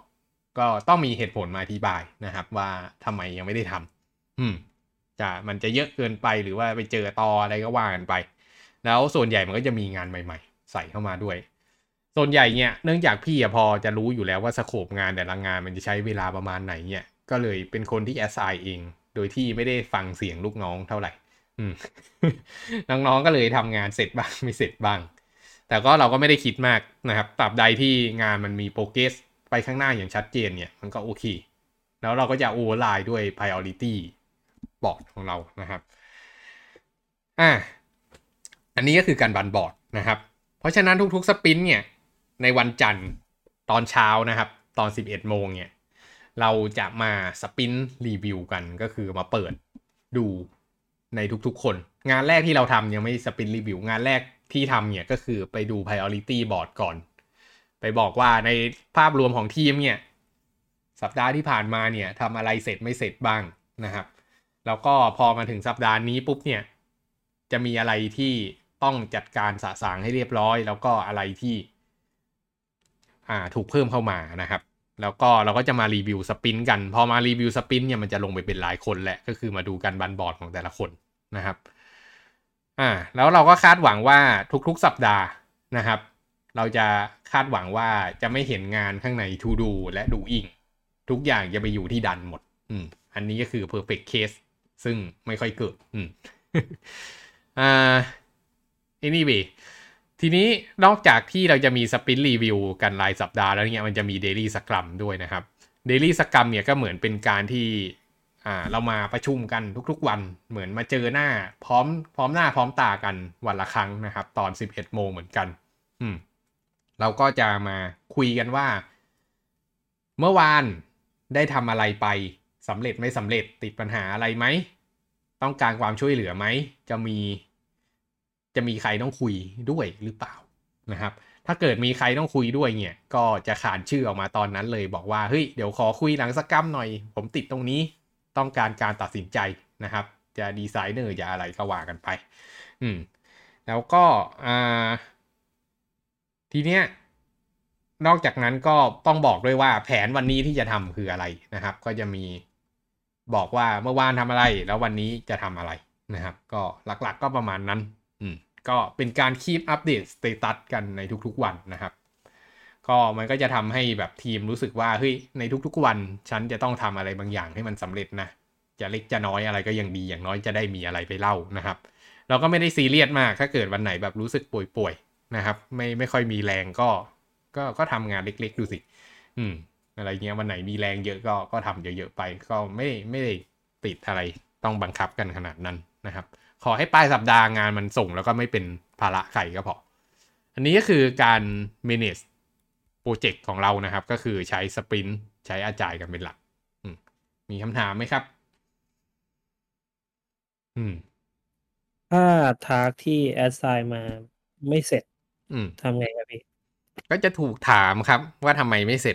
ก็ต้องมีเหตุผลมาอธิบายนะครับว่าทำไมยังไม่ได้ทำอืมจะมันจะเยอะเกินไปหรือว่าไปเจอตออะไรก็ว่ากันไปแล้วส่วนใหญ่มันก็จะมีงานใหม่ๆใส่เข้ามาด้วยส่วนใหญ่เนี่ยเนื่องจากพี่พอจะรู้อยู่แล้วว่าสโคปงานแต่ละงานมันจะใช้เวลาประมาณไหนเนี่ยก็เลยเป็นคนที่แอสไซน์เองโดยที่ไม่ได้ฟังเสียงลูกน้องเท่าไหร่อืม น้องๆก็เลยทำงานเสร็จบ้างไม่เสร็จบ้างแต่ก็เราก็ไม่ได้คิดมากนะครับตราบใดที่งานมันมีโปรเกรสไปข้างหน้าอย่างชัดเจนเนี่ยมันก็โอเคแล้วเราก็จะโอเวอร์ไลน์ด้วย priority บอร์ดของเรานะครับอ่ะอันนี้ก็คือการบันบอร์ดนะครับเพราะฉะนั้นทุกๆสปรินต์เนี่ยในวันจันทร์ตอนเช้านะครับตอนสิบเอ็ดโมงเนี่ยเราจะมาสปรินต์รีวิวกันก็คือมาเปิดดูในทุกๆคนงานแรกที่เราทำยังไม่สปรินต์รีวิวงานแรกที่ทำเนี่ยก็คือไปดู priority board ก่อนไปบอกว่าในภาพรวมของทีมเนี่ยสัปดาห์ที่ผ่านมาเนี่ยทำอะไรเสร็จไม่เสร็จบ้างนะครับแล้วก็พอมาถึงสัปดาห์นี้ปุ๊บเนี่ยจะมีอะไรที่ต้องจัดการสะสางให้เรียบร้อยแล้วก็อะไรที่อ่าถูกเพิ่มเข้ามานะครับแล้วก็เราก็จะมารีวิวสปรินต์กันพอมารีวิวสปรินต์เนี่ยมันจะลงไปเป็นหลายคนแหละก็คือมาดูการบันบอร์ดของแต่ละคนนะครับอ่าแล้วเราก็คาดหวังว่าทุกๆสัปดาห์นะครับเราจะคาดหวังว่าจะไม่เห็นงานข้างใน to do และ doing ทุกอย่างจะไปอยู่ที่ดันหมดอืมอันนี้ก็คือ perfect case ซึ่งไม่ค่อยเกิดอืม อ่า anyway ทีนี้นอกจากที่เราจะมีสปรินต์รีวิวกันรายสัปดาห์แล้วเนี่ยมันจะมี daily scrum ด้วยนะครับ daily scrum เนี่ยก็เหมือนเป็นการที่อ่าเรามาประชุมกันทุกๆวันเหมือนมาเจอหน้าพร้อมพร้อมหน้าพร้อมตากันวันละครั้งนะครับตอนสิบเอ็ดโมงเหมือนกันอืมเราก็จะมาคุยกันว่าเมื่อวานได้ทำอะไรไปสำเร็จไม่สำเร็จติดปัญหาอะไรไหมต้องการความช่วยเหลือไหมจะมีจะมีใครต้องคุยด้วยหรือเปล่านะครับถ้าเกิดมีใครต้องคุยด้วยเนี่ยก็จะขานชื่อออกมาตอนนั้นเลยบอกว่าเฮ้ยเดี๋ยวขอคุยหลังสักกัมหน่อยผมติดตรงนี้ต้องการการตัดสินใจนะครับจะดีไซเนอร์จะอะไรก็ว่ากันไปอืมแล้วก็อ่าทีเนี้ยนอกจากนั้นก็ต้องบอกด้วยว่าแผนวันนี้ที่จะทำคืออะไรนะครับก็จะมีบอกว่าเมื่อวานทำอะไรแล้ววันนี้จะทำอะไรนะครับก็หลักๆก็ประมาณนั้นอืมก็เป็นการคีปอัปเดตสเตตัสกันในทุกๆวันนะครับก็มันก็จะทำให้แบบทีมรู้สึกว่าเฮ้ยในทุกๆวันฉันจะต้องทำอะไรบางอย่างให้มันสำเร็จนะจะเล็กจะน้อยอะไรก็ยังดีอย่างน้อยจะได้มีอะไรไปเล่านะครับเราก็ไม่ได้ซีเรียสมากถ้าเกิดวันไหนแบบรู้สึกป่วยๆนะครับไม่ไม่ค่อยมีแรงก็ก็ก็ทำงานเล็กๆดูสิอืมอะไรเงี้ยวันไหนมีแรงเยอะก็ก็ทำเยอะๆไปก็ไม่ไม่ได้ติดอะไรต้องบังคับกันขนาดนั้นนะครับขอให้ปลายสัปดาห์งานมันส่งแล้วก็ไม่เป็นภาระใครก็พออันนี้ก็คือการ manage โปรเจกต์ของเรานะครับก็คือใช้สปรินต์ใช้อาจายกันเป็นหลักมีคำถามไหมครับอืมถ้าทาร์กที่แอสไซน์มาไม่เสร็จทำไงครับพี่ก็จะถูกถามครับว่าทำไมไม่เสร็จ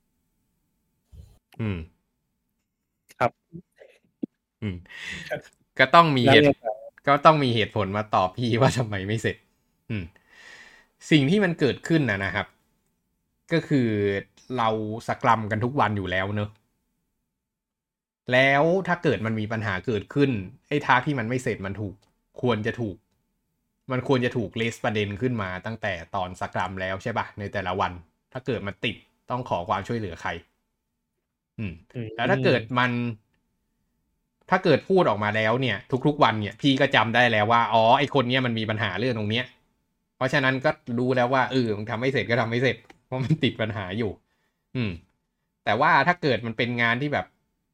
อืมครับอืมก็ต้องมีเหตุก็ต้องมีเหตุผลมาตอบพี่ว่าทำไมไม่เสร็จอืมสิ่งที่มันเกิดขึ้นนะนะครับก็คือเราสกรัมกันทุกวันอยู่แล้วเนอะแล้วถ้าเกิดมันมีปัญหาเกิดขึ้นไอ้ทาร์กที่มันไม่เสร็จมันถูกควรจะถูกมันควรจะถูกเลสประเด็นขึ้นมาตั้งแต่ตอนสกรัมแล้วใช่ป่ะในแต่ละวันถ้าเกิดมันติดต้องขอความช่วยเหลือใครอืมแล้วถ้าเกิดมันถ้าเกิดพูดออกมาแล้วเนี่ยทุกๆวันเนี่ยพี่ก็จำได้แล้วว่าอ๋อไอคนเนี้ยมันมีปัญหาเรื่องตรงเนี้ยเพราะฉะนั้นก็รู้แล้วว่าเออมึงทำไม่เสร็จก็ทำไม่เสร็จเพราะมันติดปัญหาอยู่อืมแต่ว่าถ้าเกิดมันเป็นงานที่แบบ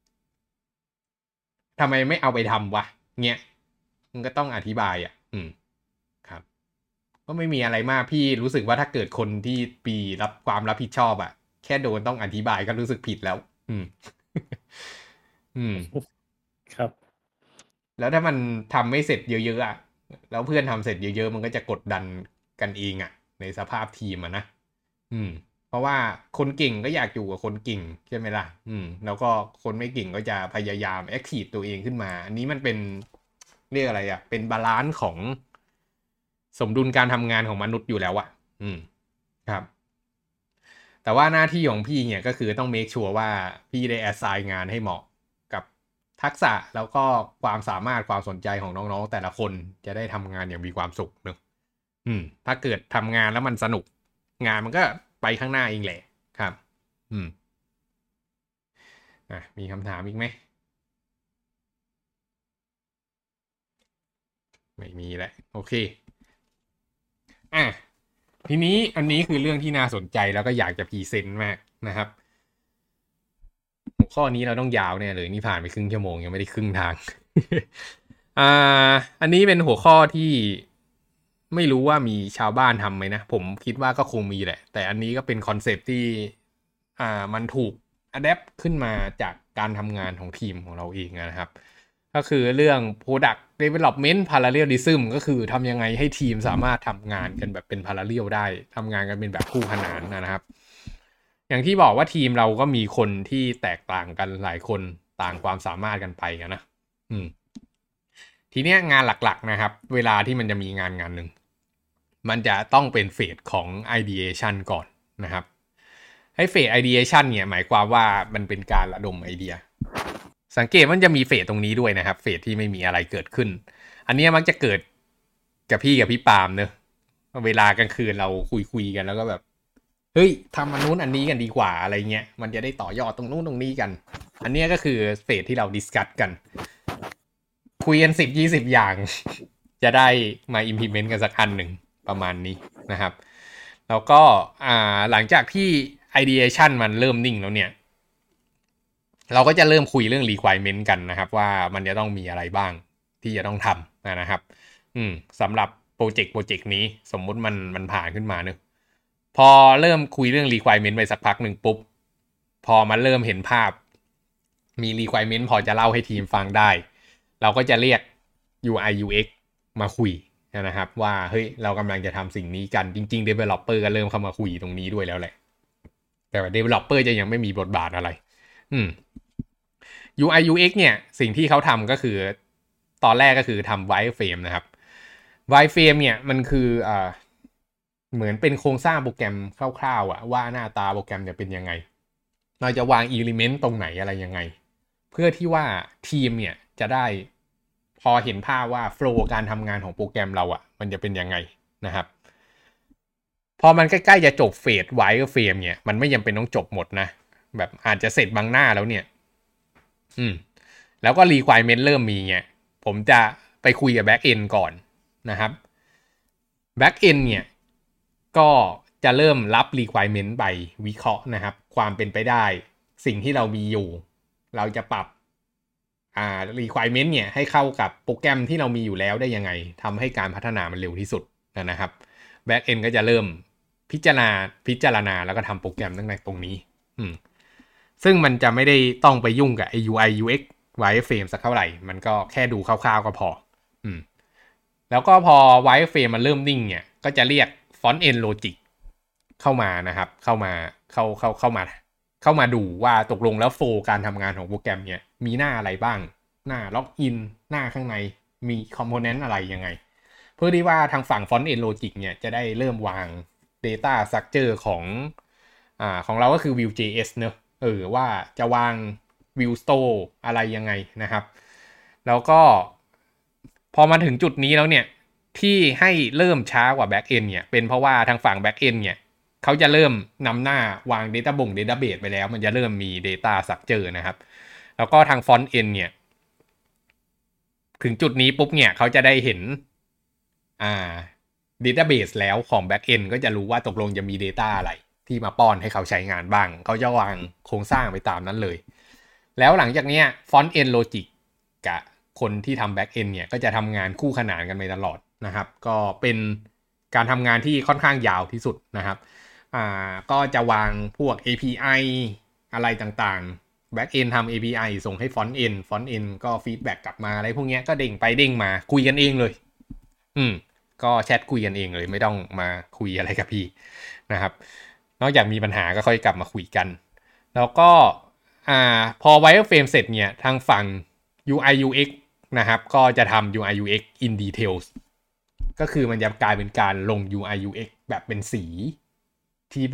ทำไมไม่เอาไปทำวะเงี้ยมันก็ต้องอธิบายอ่ะอืมครับก็ไม่มีอะไรมากพี่รู้สึกว่าถ้าเกิดคนที่ปีรับความรับผิดชอบอ่ะแค่โดนต้องอธิบายก็รู้สึกผิดแล้วอืมอืมครับแล้วถ้ามันทำไม่เสร็จเยอะๆอ่ะแล้วเพื่อนทำเสร็จเยอะๆมันก็จะกดดันกันเองอ่ะในสภาพทีมอ่ะนะอืมเพราะว่าคนเก่งก็อยากอยู่กับคนเก่งใช่ไหมล่ะอืมแล้วก็คนไม่เก่งก็จะพยายามแอคทีฟตัวเองขึ้นมาอันนี้มันเป็นเรียกอะไรอ่ะเป็นบาลานซ์ของสมดุลการทำงานของมนุษย์อยู่แล้วอ่ะอืมครับแต่ว่าหน้าที่ของพี่เนี่ยก็คือต้องเมคชัวร์ว่าพี่ได้แอสไซน์งานให้เหมาะกับทักษะแล้วก็ความสามารถความสนใจของน้องๆแต่ละคนจะได้ทำงานอย่างมีความสุขเนอะอืมถ้าเกิดทำงานแล้วมันสนุกงานมันก็ไปข้างหน้าเองแหละครับ อืมอ่ะมีคำถามอีกไหมไม่มีแหละโอเคอ่ะทีนี้อันนี้คือเรื่องที่น่าสนใจแล้วก็อยากจะพรีเซนต์มากนะครับหัวข้อนี้เราต้องยาวเนี่ยเลยนี่ผ่านไปครึ่งชั่วโมงยังไม่ได้ครึ่งทาง อ่าอันนี้เป็นหัวข้อที่ไม่รู้ว่ามีชาวบ้านทำไหมนะผมคิดว่าก็คงมีแหละแต่อันนี้ก็เป็นคอนเซปต์ที่อ่ามันถูกอะแดปขึ้นมาจากการทำงานของทีมของเราเองนะครับก็คือเรื่อง Product Development Parallelism ก็คือทำยังไงให้ทีมสามารถทำงานกันแบบเป็น Parallel ได้ทำงานกันเป็นแบบคู่ขนานนะครับอย่างที่บอกว่าทีมเราก็มีคนที่แตกต่างกันหลายคนต่างความสามารถกันไปกันนะอืมทีเนี้ยงานหลักๆนะครับเวลาที่มันจะมีงานงานหนึ่งมันจะต้องเป็นเฟสของ ideation ก่อนนะครับให้เฟส ideation เนี่ยหมายความว่ามันเป็นการระดมไอเดียสังเกตมันจะมีเฟสตรงนี้ด้วยนะครับเฟสที่ไม่มีอะไรเกิดขึ้นอันนี้มักจะเกิดกับพี่กับพี่ปาล์มเนอะเวลากลางคืนเราคุยๆกันแล้วก็แบบเฮ้ยทำอันนู้นอันนี้กันดีกว่าอะไรเงี้ยมันจะได้ต่อยอดตรงนู้นตรงนี้กันอันนี้ก็คือเฟสที่เราดิสคัสกันคุยกันสิบยี่สิบอย่างจะได้มา implement กันสักอันหนึ่งประมาณนี้นะครับแล้วก็อ่าหลังจากที่ ideation มันเริ่มนิ่งแล้วเนี่ยเราก็จะเริ่มคุยเรื่อง requirement กันนะครับว่ามันจะต้องมีอะไรบ้างที่จะต้องทำนะครับอืมสำหรับโปรเจกต์โปรเจกต์นี้สมมุติมันมันผ่านขึ้นมาเนอะพอเริ่มคุยเรื่อง requirement ไปสักพักหนึ่งปุ๊บพอมันเริ่มเห็นภาพมี requirement พอจะเล่าให้ทีมฟังได้เราก็จะเรียก ยู ไอ ยู เอ็กซ์ มาคุยนะครับว่าเฮ้ยเรากำลังจะทำสิ่งนี้กันจริงๆ developer ก็เริ่มเข้ามาคุยตรงนี้ด้วยแล้วแหละแต่ว่า developer จะยังไม่มีบทบาทอะไรอืม ยู ไอ ยู เอ็กซ์ เนี่ยสิ่งที่เขาทำก็คือตอนแรกก็คือทำ wireframe นะครับ wireframe เนี่ยมันคืออ่าเหมือนเป็นโครงสร้างโปรแกรมคร่าวๆอะว่าหน้าตาโปรแกรมจะเป็นยังไงเราจะวาง element ตรงไหนอะไรยังไงเพื่อที่ว่าทีมเนี่ยจะได้พอเห็นภาพว่า flow การทำงานของโปรแกรมเราอะมันจะเป็นยังไงนะครับพอมันใกล้ๆจะจบเฟส wireframe เนี่ยมันไม่จำเป็นต้องจบหมดนะแบบอาจจะเสร็จบางหน้าแล้วเนี่ยอืมแล้วก็ requirement เริ่มมีเนี่ยผมจะไปคุยกับ back end ก่อนนะครับ back end เนี่ยก็จะเริ่มรับ requirement ไปวิเคราะห์นะครับความเป็นไปได้สิ่งที่เรามีอยู่เราจะปรับอ่า requirement เนี่ยให้เข้ากับโปรแกรมที่เรามีอยู่แล้วได้ยังไงทำให้การพัฒนามันเร็วที่สุดนะครับ back end ก็จะเริ่มพิจารณาพิจารณาแล้วก็ทำโปรแกรมตั้งแต่ตรงนี้อืมซึ่งมันจะไม่ได้ต้องไปยุ่งกับ ยู ไอ ยู เอ็กซ์ wireframe สักเท่าไหร่มันก็แค่ดูคร่าวๆก็พออืมแล้วก็พอ wireframe มันเริ่มนิ่งเนี่ยก็จะเรียก front end logic เข้ามานะครับเข้ามาเข้าเข้าเข้ามาเข้ามาดูว่าตกลงแล้วโฟล์การทำงานของโปรแกรมเนี่ยมีหน้าอะไรบ้างหน้าล็อกอินหน้าข้างในมีคอมโพเนนต์อะไรยังไงเพื่อที่ว่าทางฝั่ง front end logic เนี่ยจะได้เริ่มวาง data structure ของอ่าของเราก็คือ Vue.js เนอะเออว่าจะวาง Vue Store อะไรยังไงนะครับแล้วก็พอมาถึงจุดนี้แล้วเนี่ยที่ให้เริ่มช้ากว่า back end เนี่ยเป็นเพราะว่าทางฝั่ง back end เนี่ยเขาจะเริ่มนำหน้าวาง data บ่ง database ไปแล้วมันจะเริ่มมี data structure นะครับแล้วก็ทาง front end เนี่ยถึงจุดนี้ปุ๊บเนี่ยเขาจะได้เห็นอ่า database แล้วของ back end ก็จะรู้ว่าตกลงจะมี data อะไรที่มาป้อนให้เขาใช้งานบ้างเขาจะวางโครงสร้างไปตามนั้นเลยแล้วหลังจากนี้ front end logic กับคนที่ทำ back end เนี่ยก็จะทำงานคู่ขนานกันไปตลอดนะครับก็เป็นการทำงานที่ค่อนข้างยาวที่สุดนะครับอ่าก็จะวางพวก เอ พี ไอ อะไรต่างๆ back end ทำ เอ พี ไอ ส่งให้ front end front end ก็ feedback กลับมาอะไรพวกนี้ก็เด้งไปเด้งมาคุยกันเองเลยอืมก็แชทคุยกันเองเลยไม่ต้องมาคุยอะไรกับพี่นะครับนอกจากมีปัญหาก็ค่อยกลับมาคุยกันแล้วก็อ่าพอ wireframe เสร็จเนี่ยทางฝั่ง ยู ไอ ยู เอ็กซ์ นะครับก็จะทำ ยู ไอ ยู เอ็กซ์ in details ก็คือมันจะกลายเป็นการลง ยู ไอ ยู เอ็กซ์ แบบเป็นสีที่แบบ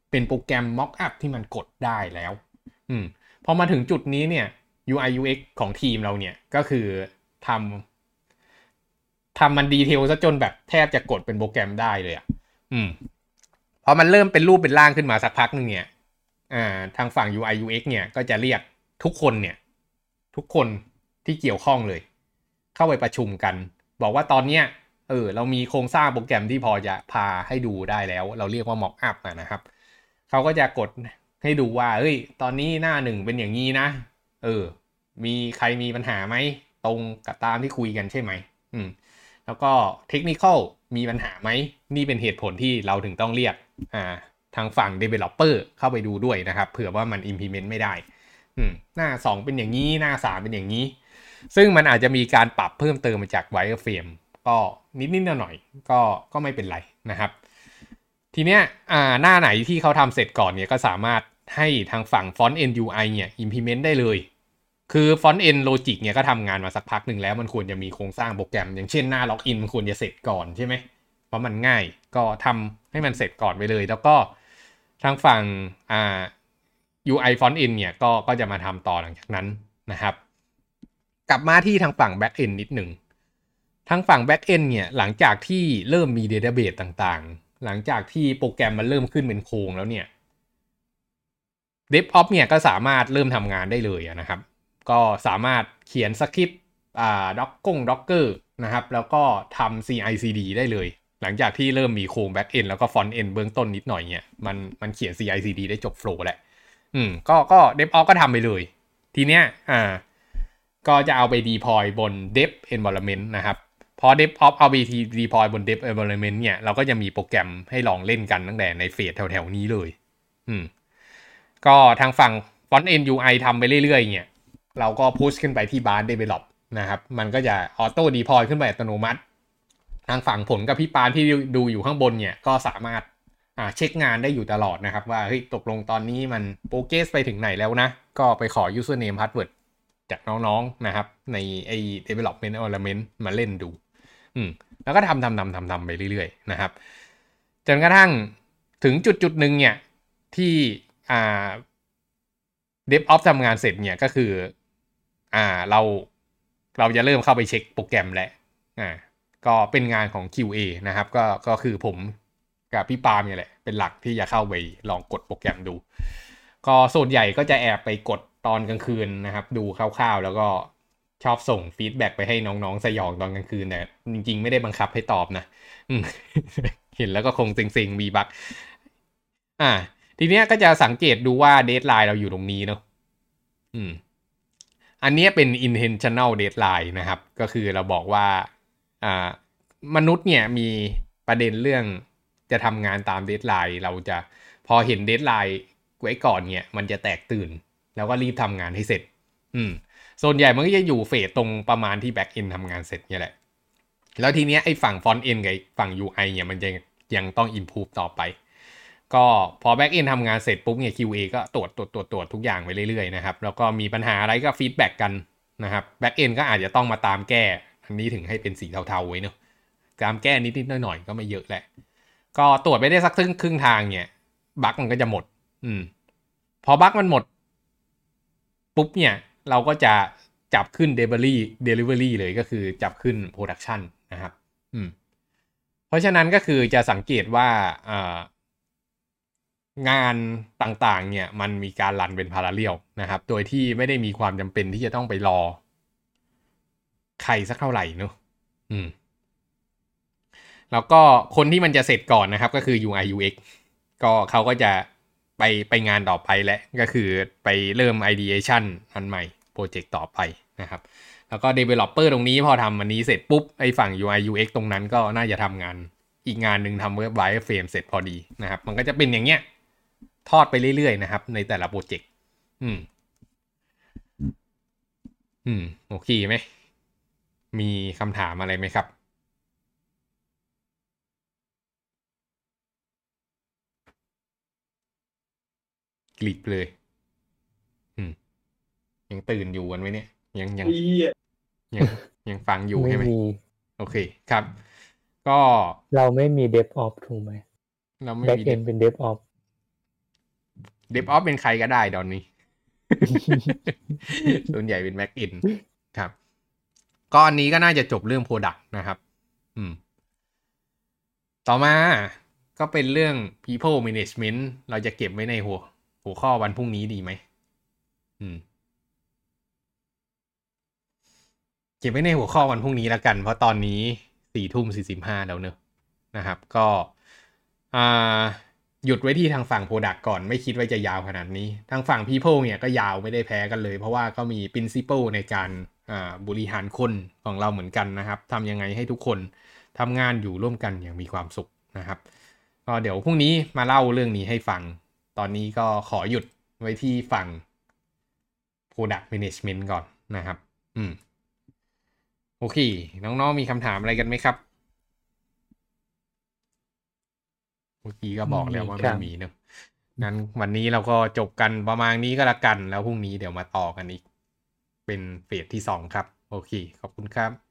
เป็นโปรแกรม mock-up ที่มันกดได้แล้วอืมพอมาถึงจุดนี้เนี่ย ยู ไอ ยู เอ็กซ์ ของทีมเราเนี่ยก็คือทำทำมันดีเทลซะจนแบบแทบจะกดเป็นโปรแกรมได้เลยอ่ะอืมพอมันเริ่มเป็นรูปเป็นร่างขึ้นมาสักพักนึงเนี่ยอ่าทางฝั่ง ยู ไอ ยู เอ็กซ์ เนี่ยก็จะเรียกทุกคนเนี่ยทุกคนที่เกี่ยวข้องเลยเข้าไปประชุมกันบอกว่าตอนเนี้ยเออเรามีโครงสร้างโปรแกรมที่พอจะพาให้ดูได้แล้วเราเรียกว่า mock up นะครับเขาก็จะกดให้ดูว่าเฮ้ยตอนนี้หน้าหนึ่งเป็นอย่างนี้นะเออมีใครมีปัญหาไหมตรงกับตามที่คุยกันใช่ไหมอืมแล้วก็เทคนิคอลมีปัญหาไหมนี่เป็นเหตุผลที่เราถึงต้องเรียกอ่าทางฝั่ง developer เข้าไปดูด้วยนะครับเผื่อว่ามัน implement ไม่ได้อืมหน้าสองเป็นอย่างนี้หน้าสามเป็นอย่างนี้ซึ่งมันอาจจะมีการปรับเพิ่มเติมมาจาก wireframe ก็นิดๆหน่อยๆก็ก็ไม่เป็นไรนะครับทีเนี้ยอ่าหน้าไหนที่เขาทำเสร็จก่อนเนี่ยก็สามารถให้ทางฝั่ง front end ยู ไอ เนี่ย implement ได้เลยคือ front end logic เนี่ยก็ทำงานมาสักพักหนึ่งแล้วมันควรจะมีโครงสร้างโปรแกรมอย่างเช่นหน้า login มันควรจะเสร็จก่อนใช่ไหมเพราะมันง่ายก็ทำให้มันเสร็จก่อนไปเลยแล้วก็ทางฝั่งอ่า ยู ไอ front end เนี่ยก็ก็จะมาทำต่อหลังจากนั้นนะครับกลับมาที่ทางฝั่ง back end นิดหนึ่งทางฝั่ง back end เนี่ยหลังจากที่เริ่มมี database ต่างๆหลังจากที่โปรแกรมมันเริ่มขึ้นเป็นโครงแล้วเนี่ย DevOps เนี่ยก็สามารถเริ่มทำงานได้เลยนะครับก็สามารถเขียนสคริปต์อ่า Docker Docker นะครับแล้วก็ทำ ซี ไอ ซี ดี ได้เลยหลังจากที่เริ่มมีโครง back end แล้วก็ front end เบื้องต้นนิดหน่อยเนี่ยมันมันเขียน ซี ไอ ซี ดี ได้จบโฟลว์แหละอืมก็ก็ DevOps ก็ทำไปเลยทีเนี้ยอ่าก็จะเอาไป deploy บน Dev Environment นะครับพอ DevOps เอาไป deploy บน Dev Environment เนี่ยเราก็จะมีโปรแกรมให้ลองเล่นกันตั้งแต่ในเฟสแถวๆนี้เลยอืมก็ทางฝั่ง front end ยู ไอ ทำไปเรื่อยๆเนี่ยเราก็พุชขึ้นไปที่ Bar Develop นะครับมันก็จะ auto deploy ขึ้นไปอัตโนมัติทางฝั่งผลกับพี่ปานที่ดูอยู่ข้างบนเนี่ยก็สามารถอ่าเช็คงานได้อยู่ตลอดนะครับว่าเฮ้ยตกลงตอนนี้มันโปรเกรสไปถึงไหนแล้วนะก็ไปขอ username password จากน้องๆนะครับในไอ้ development element มาเล่นดูอืมแล้วก็ทำทำทำทำทำไปเรื่อยๆนะครับจนกระทั่งถึงจุดจุดหนึ่งเนี่ยที่อ่า DevOps ทำงานเสร็จเนี่ยก็คืออ่าเราเราจะเริ่มเข้าไปเช็คโปรแกรมแล้วอ่าก็เป็นงานของ คิว เอ นะครับก็ก็คือผมกับพี่ปาล์มเนี่ยแหละเป็นหลักที่จะเข้าไปลองกดโปรแกรมดูก็ส่วนใหญ่ก็จะแอบไปกดตอนกลางคืนนะครับดูคร่าวๆแล้วก็ชอบส่งฟีดแบ็กไปให้น้องๆสยองตอนกลางคืนแต่จริงๆไม่ได้บังคับให้ตอบนะ เห็นแล้วก็คงเซ็งๆมีบั๊กอ่าทีเนี้ยก็จะสังเกตดูว่าเดดไลน์เราอยู่ตรงนี้เนาะอืมอันนี้เป็น intentional deadline นะครับก็คือเราบอกว่าอ่ามนุษย์เนี่ยมีประเด็นเรื่องจะทำงานตามเดดไลน์เราจะพอเห็นเดดไลน์ไว้ก่อนเนี่ยมันจะแตกตื่นแล้วก็รีบทำงานให้เสร็จอืมส่วนใหญ่มันก็จะอยู่เฟสตรงประมาณที่ back end ทำงานเสร็จเนี่ยแหละแล้วทีเนี้ยไอ้ฝั่ง front end กับฝั่ง ยู ไอ เนี่ยมันจะยังต้อง improve ต่อไปก็พอ back end ทำงานเสร็จปุ๊บเนี่ย คิว เอ ก็ตรวจตรวจตรวจตรวจทุกอย่างไปเรื่อยๆนะครับแล้วก็มีปัญหาอะไรก็ feedback กันนะครับ back end ก็อาจจะต้องมาตามแก้อันนี้ถึงให้เป็นสีเทาๆไว้เนอะตามแก้นิดๆหน่อยๆก็ไม่เยอะแหละก็ตรวจไปได้สักครึ่งครึ่งทางเนี่ยบั๊กมันก็จะหมดอืมพอบั๊กมันหมดปุ๊บเนี่ยเราก็จะจับขึ้น delivery delivery เลยก็คือจับขึ้น production นะครับอืมเพราะฉะนั้นก็คือจะสังเกตว่าอ่างานต่างๆเนี่ยมันมีการรันเป็นพาราเรลนะครับโดยที่ไม่ได้มีความจำเป็นที่จะต้องไปรอใครสักเท่าไหร่เนอะอืมแล้วก็คนที่มันจะเสร็จก่อนนะครับก็คือ ยู ไอ ยู เอ็กซ์ ก็เขาก็จะไปไปงานต่อไปแล้วก็คือไปเริ่ม ideation อันใหม่โปรเจกต์ต่อไปนะครับแล้วก็ developer ตรงนี้พอทำอันนี้เสร็จปุ๊บไอ้ฝั่ง ยู ไอ ยู เอ็กซ์ ตรงนั้นก็น่าจะทำงานอีกงานหนึ่งทำ wireframe เสร็จพอดีนะครับมันก็จะเป็นอย่างเงี้ยทอดไปเรื่อยๆนะครับในแต่ละโปรเจกต์อืมอืมโอเคไหมมีคำถามอะไรไหมครับกลิบเลยอืมยังตื่นอยู่กันไหมเนี่ยยังยังยังยังฟังอยู่ใช่ไหมโอเคครับก็เราไม่มี DevOps ถูกไหมเราไม่มี Backend เป็น DevOps DevOps เป็นใครก็ได้ตอนนี้ ส่วนใหญ่เป็น Backend ครับก็อันนี้ก็น่าจะจบเรื่อง Product นะครับอืมต่อมาก็เป็นเรื่อง People Management เราจะเก็บไว้ในหัวหัวข้อวันพรุ่งนี้ดีไหมอืมเก็บไว้ในหัวข้อวันพรุ่งนี้แล้วกันเพราะตอนนี้สี่ทุ่มสี่สิบห้าแล้วเนอะนะครับก็อ่าหยุดไว้ที่ทางฝั่ง Product ก่อนไม่คิดว่าจะยาวขนาดนี้ทางฝั่ง People เนี่ยก็ยาวไม่ได้แพ้กันเลยเพราะว่าก็มี Principle ในการอ่าบริหารคนของเราเหมือนกันนะครับทำยังไงให้ทุกคนทำงานอยู่ร่วมกันอย่างมีความสุขนะครับก็เดี๋ยวพรุ่งนี้มาเล่าเรื่องนี้ให้ฟังตอนนี้ก็ขอหยุดไว้ที่ฝั่ง Product Management ก่อนนะครับอืมโอเคน้องๆมีคำถามอะไรกันไหมครับเมื่อกี้ก็บอกแล้วว่าไม่มีเนอะงั้นวันนี้เราก็จบกันประมาณนี้ก็แล้วกันแล้วพรุ่งนี้เดี๋ยวมาต่อกันอีกเป็นเฟสที่สองครับโอเคขอบคุณครับ